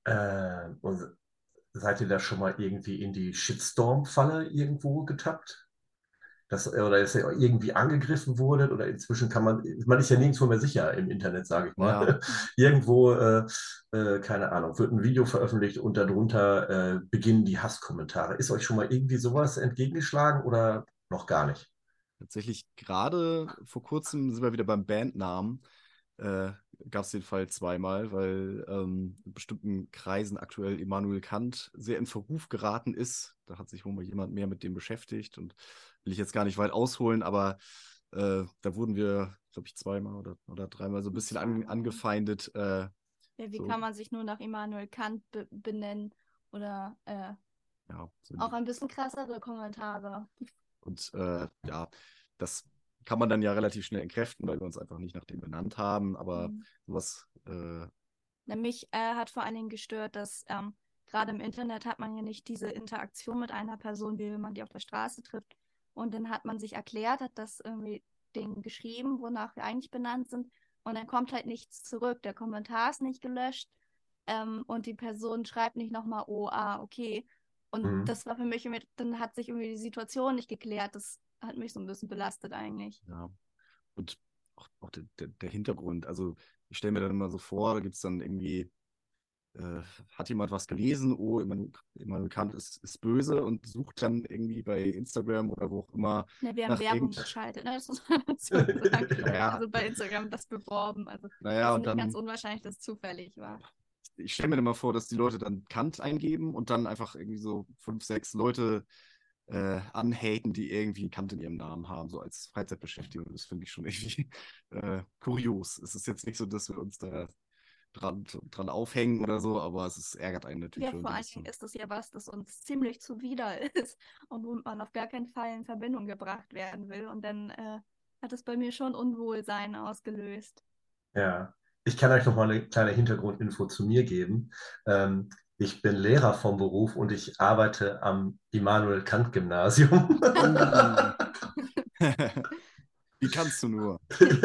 Äh, und seid ihr da schon mal irgendwie in die Shitstorm-Falle irgendwo getappt? Dass, oder dass ihr irgendwie angegriffen wurdet oder inzwischen kann man, man ist ja nirgendwo mehr sicher im Internet, sage ich Ja, mal. Irgendwo, äh, äh, keine Ahnung, wird ein Video veröffentlicht und darunter äh, beginnen die Hasskommentare. Ist euch schon mal irgendwie sowas entgegengeschlagen oder noch gar nicht? tatsächlich gerade vor kurzem sind wir wieder beim Bandnamen. Äh, Gab es den Fall zweimal, weil ähm, in bestimmten Kreisen aktuell Immanuel Kant sehr in Verruf geraten ist. Da hat sich wohl mal jemand mehr mit dem beschäftigt und will ich jetzt gar nicht weit ausholen, aber äh, da wurden wir, glaube ich, zweimal oder, oder dreimal so ein bisschen an, angefeindet. Äh, Ja, wie so, kann man sich nur nach Immanuel Kant be benennen? Oder äh, ja, so auch ein bisschen krassere Kommentare. und äh, ja, das kann man dann ja relativ schnell entkräften, weil wir uns einfach nicht nach dem benannt haben, aber Mhm. sowas, äh, Na, mich äh, hat vor allen Dingen gestört, dass ähm, gerade im Internet hat man ja nicht diese Interaktion mit einer Person, wie wenn man die auf der Straße trifft. Und dann hat man sich erklärt, hat das irgendwie Ding geschrieben, wonach wir eigentlich benannt sind. Und dann kommt halt nichts zurück. Der Kommentar ist nicht gelöscht. Ähm, und die Person schreibt nicht nochmal, oh, ah, okay. Und Mhm. das war für mich, irgendwie, dann hat sich irgendwie die Situation nicht geklärt. Das hat mich so ein bisschen belastet eigentlich. ja, und auch, auch der, der, der Hintergrund, also ich stelle mir dann immer so vor, da gibt es dann irgendwie, äh, hat jemand was gelesen, oh, Immanuel Immanuel Kant ist, ist böse und sucht dann irgendwie bei Instagram oder wo auch immer Ja, wir haben nach Werbung irgend, geschaltet, ne? Das muss man dazu sagen. naja, Also bei Instagram das beworben. Also naja, ist und nicht ganz dann unwahrscheinlich, dass es zufällig war. ich stelle mir dann mal vor, dass die Leute dann Kant eingeben und dann einfach irgendwie so fünf, sechs Leute äh, anhaten, die irgendwie Kant in ihrem Namen haben, so als Freizeitbeschäftigung. Das finde ich schon irgendwie äh, kurios. Es ist jetzt nicht so, dass wir uns da dran, dran aufhängen oder so, aber es ist, ärgert einen natürlich Ja, schon vor so ein allen Dingen bisschen. ist das ja was, das uns ziemlich zuwider ist und womit man auf gar keinen Fall in Verbindung gebracht werden will. Und dann äh, hat es bei mir schon Unwohlsein ausgelöst. Ja, ich kann euch noch mal eine kleine Hintergrundinfo zu mir geben. Ähm, ich bin Lehrer vom Beruf und ich arbeite am Immanuel Kant Gymnasium. Oh. Wie kannst du nur?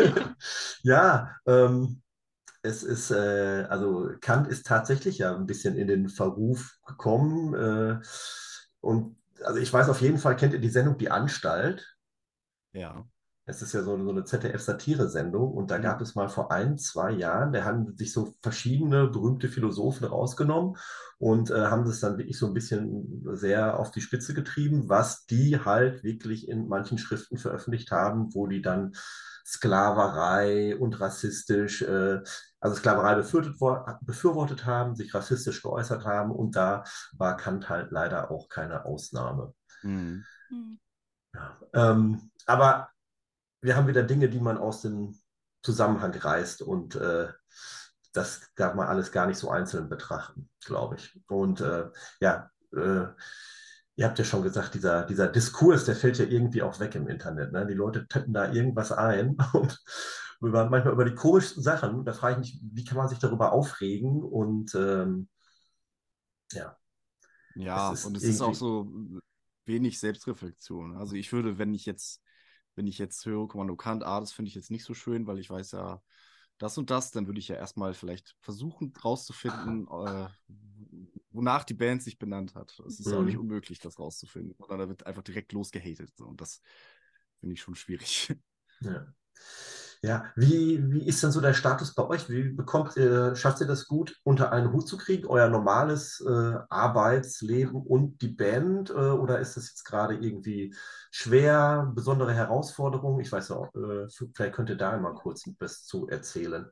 Ja, ähm, es ist, äh, also Kant ist tatsächlich ja ein bisschen in den Verruf gekommen. Äh, und also ich weiß auf jeden Fall, kennt ihr die Sendung Die Anstalt? Ja. Es ist ja so, so eine Z D F-Satire-Sendung und da gab Mhm. es mal vor ein, zwei Jahren, da haben sich so verschiedene berühmte Philosophen rausgenommen und äh, haben das dann wirklich so ein bisschen sehr auf die Spitze getrieben, was die halt wirklich in manchen Schriften veröffentlicht haben, wo die dann Sklaverei und rassistisch, äh, also Sklaverei befürwortet, wo- befürwortet haben, sich rassistisch geäußert haben und da war Kant halt leider auch keine Ausnahme. Mhm. Hm. Ja. Ähm, aber wir haben wieder Dinge, die man aus dem Zusammenhang reißt und äh, das darf man alles gar nicht so einzeln betrachten, glaube ich. Und äh, ja, äh, ihr habt ja schon gesagt, dieser, dieser Diskurs, der fällt ja irgendwie auch weg im Internet. Ne? Die Leute tippen da irgendwas ein und über, manchmal über die komischsten Sachen. Da frage ich mich, wie kann man sich darüber aufregen? Und ähm, ja, es Ja, und ist es ist auch irgendwie, so wenig Selbstreflexion. Also ich würde, wenn ich jetzt, wenn ich jetzt höre, Kommando Kant, ah, das finde ich jetzt nicht so schön, weil ich weiß ja das und das, dann würde ich ja erstmal vielleicht versuchen rauszufinden, äh, wonach die Band sich benannt hat. Es ist ja auch nicht mh, unmöglich, das rauszufinden. Oder da wird einfach direkt losgehatet. So. Und das finde ich schon schwierig. ja. Ja, wie, wie ist denn so der Status bei euch? Wie bekommt ihr, schafft ihr das gut unter einen Hut zu kriegen, euer normales äh, Arbeitsleben und die Band? Äh, oder ist das jetzt gerade irgendwie schwer, besondere Herausforderung? Ich weiß auch, äh, vielleicht könnt ihr da mal kurz was zu erzählen.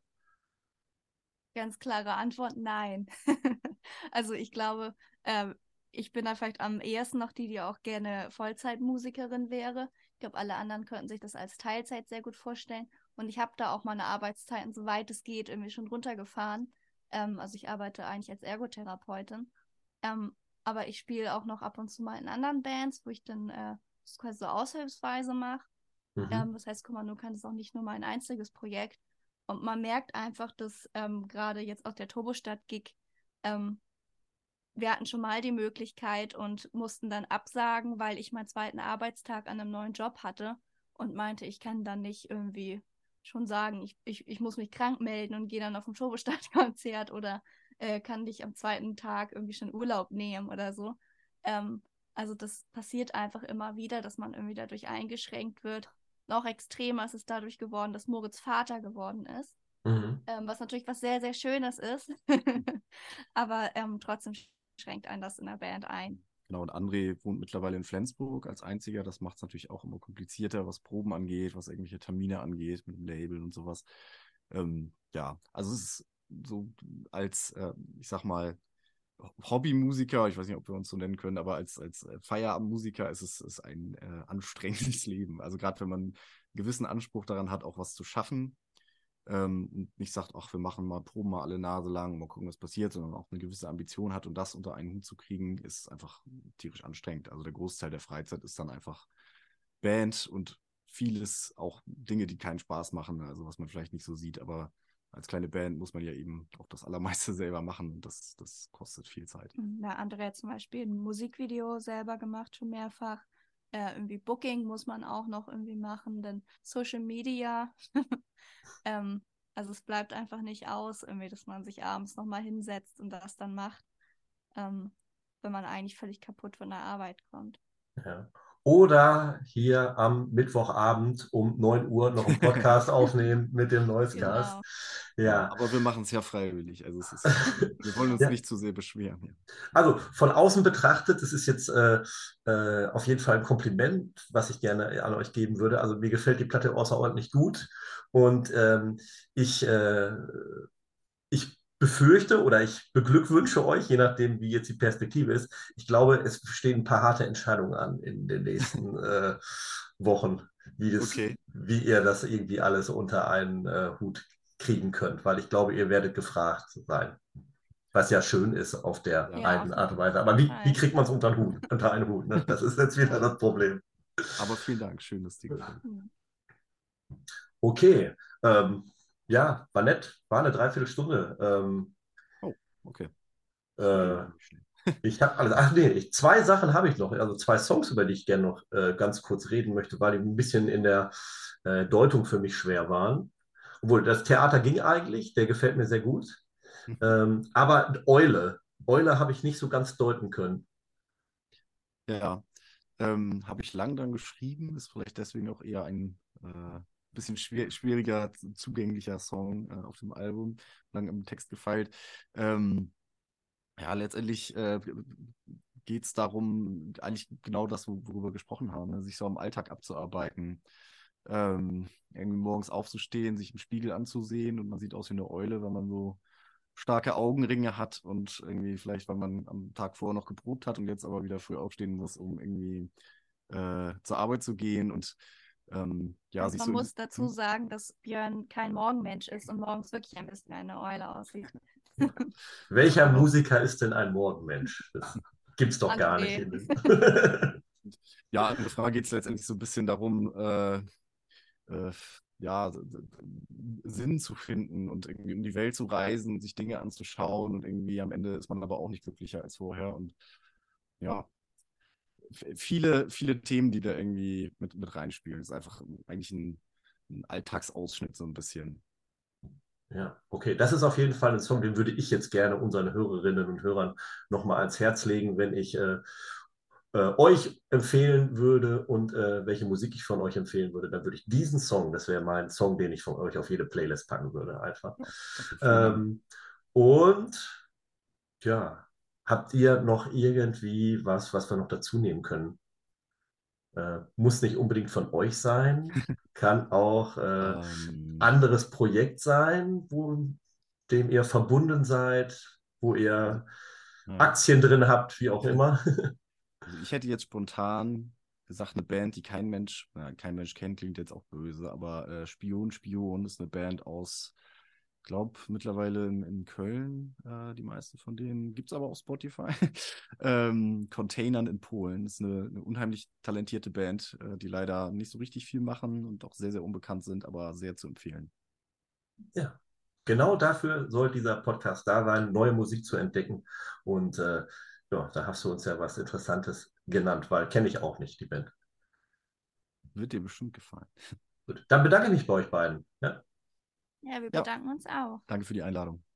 Ganz klare Antwort, nein. Also ich glaube, ähm, ich bin da vielleicht am ehesten noch die, die auch gerne Vollzeitmusikerin wäre. Ich glaube, alle anderen könnten sich das als Teilzeit sehr gut vorstellen. Und ich habe da auch meine Arbeitszeiten, soweit es geht, irgendwie schon runtergefahren. Ähm, also ich arbeite eigentlich als Ergotherapeutin. Ähm, aber ich spiele auch noch ab und zu mal in anderen Bands, wo ich dann äh, das quasi so aushilfsweise mache. Mhm. Ähm, das heißt, Kommando kann ist auch nicht nur mein einziges Projekt. Und man merkt einfach, dass ähm, gerade jetzt auch der Turbostadt-Gig, ähm, wir hatten schon mal die Möglichkeit und mussten dann absagen, weil ich meinen zweiten Arbeitstag an einem neuen Job hatte und meinte, ich kann dann nicht irgendwie schon sagen, ich, ich, ich muss mich krank melden und gehe dann auf ein Turbostart-Konzert oder äh, kann dich am zweiten Tag irgendwie schon Urlaub nehmen oder so. Ähm, also das passiert einfach immer wieder, dass man irgendwie dadurch eingeschränkt wird. Noch extremer ist es dadurch geworden, dass Moritz Vater geworden ist, Mhm. ähm, was natürlich was sehr, sehr Schönes ist. Aber ähm, trotzdem schränkt einen das in der Band ein. Genau, und André wohnt mittlerweile in Flensburg als einziger. Das macht es natürlich auch immer komplizierter, was Proben angeht, was irgendwelche Termine angeht mit dem Label und sowas. Ähm, ja, also es ist so als, äh, ich sag mal, Hobbymusiker, ich weiß nicht, ob wir uns so nennen können, aber als, als Feierabendmusiker ist es ist ein äh, anstrengendes Leben. Also gerade wenn man einen gewissen Anspruch daran hat, auch was zu schaffen, ähm, und nicht sagt, ach, wir machen mal Proben mal alle Nase lang, mal gucken, was passiert, sondern auch eine gewisse Ambition hat und das unter einen Hut zu kriegen, ist einfach tierisch anstrengend. Also der Großteil der Freizeit ist dann einfach Band und vieles auch Dinge, die keinen Spaß machen, also was man vielleicht nicht so sieht, aber als kleine Band muss man ja eben auch das Allermeiste selber machen und das, das kostet viel Zeit. Der andere hat zum Beispiel ein Musikvideo selber gemacht, schon mehrfach. Äh, irgendwie Booking muss man auch noch irgendwie machen, dann Social Media. ähm, also es bleibt einfach nicht aus, irgendwie, dass man sich abends nochmal hinsetzt und das dann macht, ähm, wenn man eigentlich völlig kaputt von der Arbeit kommt. Ja. Oder hier am Mittwochabend um neun Uhr noch einen Podcast aufnehmen mit dem Noisecast. Genau. Ja. Aber wir machen es ja freiwillig. Also es ist, äh, wir wollen uns Ja. nicht zu sehr beschweren. Ja. Also von außen betrachtet, das ist jetzt äh, äh, auf jeden Fall ein Kompliment, was ich gerne an euch geben würde. Also mir gefällt die Platte außerordentlich gut und ähm, ich, äh, ich befürchte oder ich beglückwünsche euch, je nachdem, wie jetzt die Perspektive ist. Ich glaube, es stehen ein paar harte Entscheidungen an in den nächsten äh, Wochen, wie, das, Okay. wie ihr das irgendwie alles unter einen äh, Hut kriegen könnt, weil ich glaube, ihr werdet gefragt sein. Was ja schön ist auf der Ja, einen auf Art und jeden Weise. Aber wie, Fall. wie kriegt man es unter den Hut, unter einen Hut? Ne? Das ist jetzt wieder das Problem. Aber vielen Dank, schön, dass dir gefällt. Hm. Okay, ähm, ja, war nett, war eine Dreiviertelstunde. Ähm, Oh, okay. äh, Nicht schlimm. ich habe alles, ach nee, ich, zwei Sachen habe ich noch, also zwei Songs, über die ich gerne noch äh, ganz kurz reden möchte, weil die ein bisschen in der äh, Deutung für mich schwer waren. Obwohl, das Theater ging eigentlich, der gefällt mir sehr gut. Ähm, aber Eule, Eule habe ich nicht so ganz deuten können. Ja, ähm, habe ich lang dran geschrieben, ist vielleicht deswegen auch eher ein äh, bisschen schwer, schwieriger, zugänglicher Song äh, auf dem Album, lang im Text gefeilt. Ähm, ja, letztendlich äh, geht es darum, eigentlich genau das, wo- worüber wir gesprochen haben, ne? Sich so am Alltag abzuarbeiten, ähm, irgendwie morgens aufzustehen, sich im Spiegel anzusehen und man sieht aus wie eine Eule, wenn man so starke Augenringe hat und irgendwie vielleicht, weil man am Tag vorher noch geprobt hat und jetzt aber wieder früh aufstehen muss, um irgendwie äh, zur Arbeit zu gehen und ähm, ja, Also sich man so. muss dazu Hm? sagen, dass Björn kein Morgenmensch ist und morgens wirklich ein bisschen wie eine Eule aussieht. Welcher Genau. Musiker ist denn ein Morgenmensch? Das gibt's doch gar nicht. André. In den Ja, in der Frage geht es letztendlich so ein bisschen darum, äh, äh, ja, Sinn zu finden und irgendwie um die Welt zu reisen, sich Dinge anzuschauen und irgendwie am Ende ist man aber auch nicht glücklicher als vorher und ja, viele, viele Themen, die da irgendwie mit, mit reinspielen. Das ist einfach eigentlich ein, ein Alltagsausschnitt so ein bisschen. Ja, okay, das ist auf jeden Fall ein Song, den würde ich jetzt gerne unseren Hörerinnen und Hörern nochmal ans Herz legen, wenn ich äh, äh, euch empfehlen würde und äh, welche Musik ich von euch empfehlen würde, dann würde ich diesen Song, das wäre mein Song, den ich von euch auf jede Playlist packen würde, einfach. Ja, okay, vielen Dank. Ähm, und ja, habt ihr noch irgendwie was, was wir noch dazu nehmen können? Äh, muss nicht unbedingt von euch sein, kann auch äh, Ähm, anderes Projekt sein, wo dem ihr verbunden seid, wo also, ihr ja. Aktien drin habt, wie auch immer. Also ich hätte jetzt spontan gesagt, eine Band, die kein Mensch, na, kein Mensch kennt, klingt jetzt auch böse, aber äh, Spion, Spion ist eine Band aus, ich glaube, mittlerweile in, in Köln, äh, die meisten von denen, gibt es aber auf Spotify. ähm, Containern in Polen ist eine, eine unheimlich talentierte Band, äh, die leider nicht so richtig viel machen und auch sehr, sehr unbekannt sind, aber sehr zu empfehlen. Ja, genau dafür soll dieser Podcast da sein, neue Musik zu entdecken. Und äh, ja, da hast du uns ja was Interessantes genannt, weil kenne ich auch nicht, die Band. Wird dir bestimmt gefallen. Gut. Dann bedanke ich mich bei euch beiden. Ja? Ja, wir Ja. bedanken uns auch. Danke für die Einladung.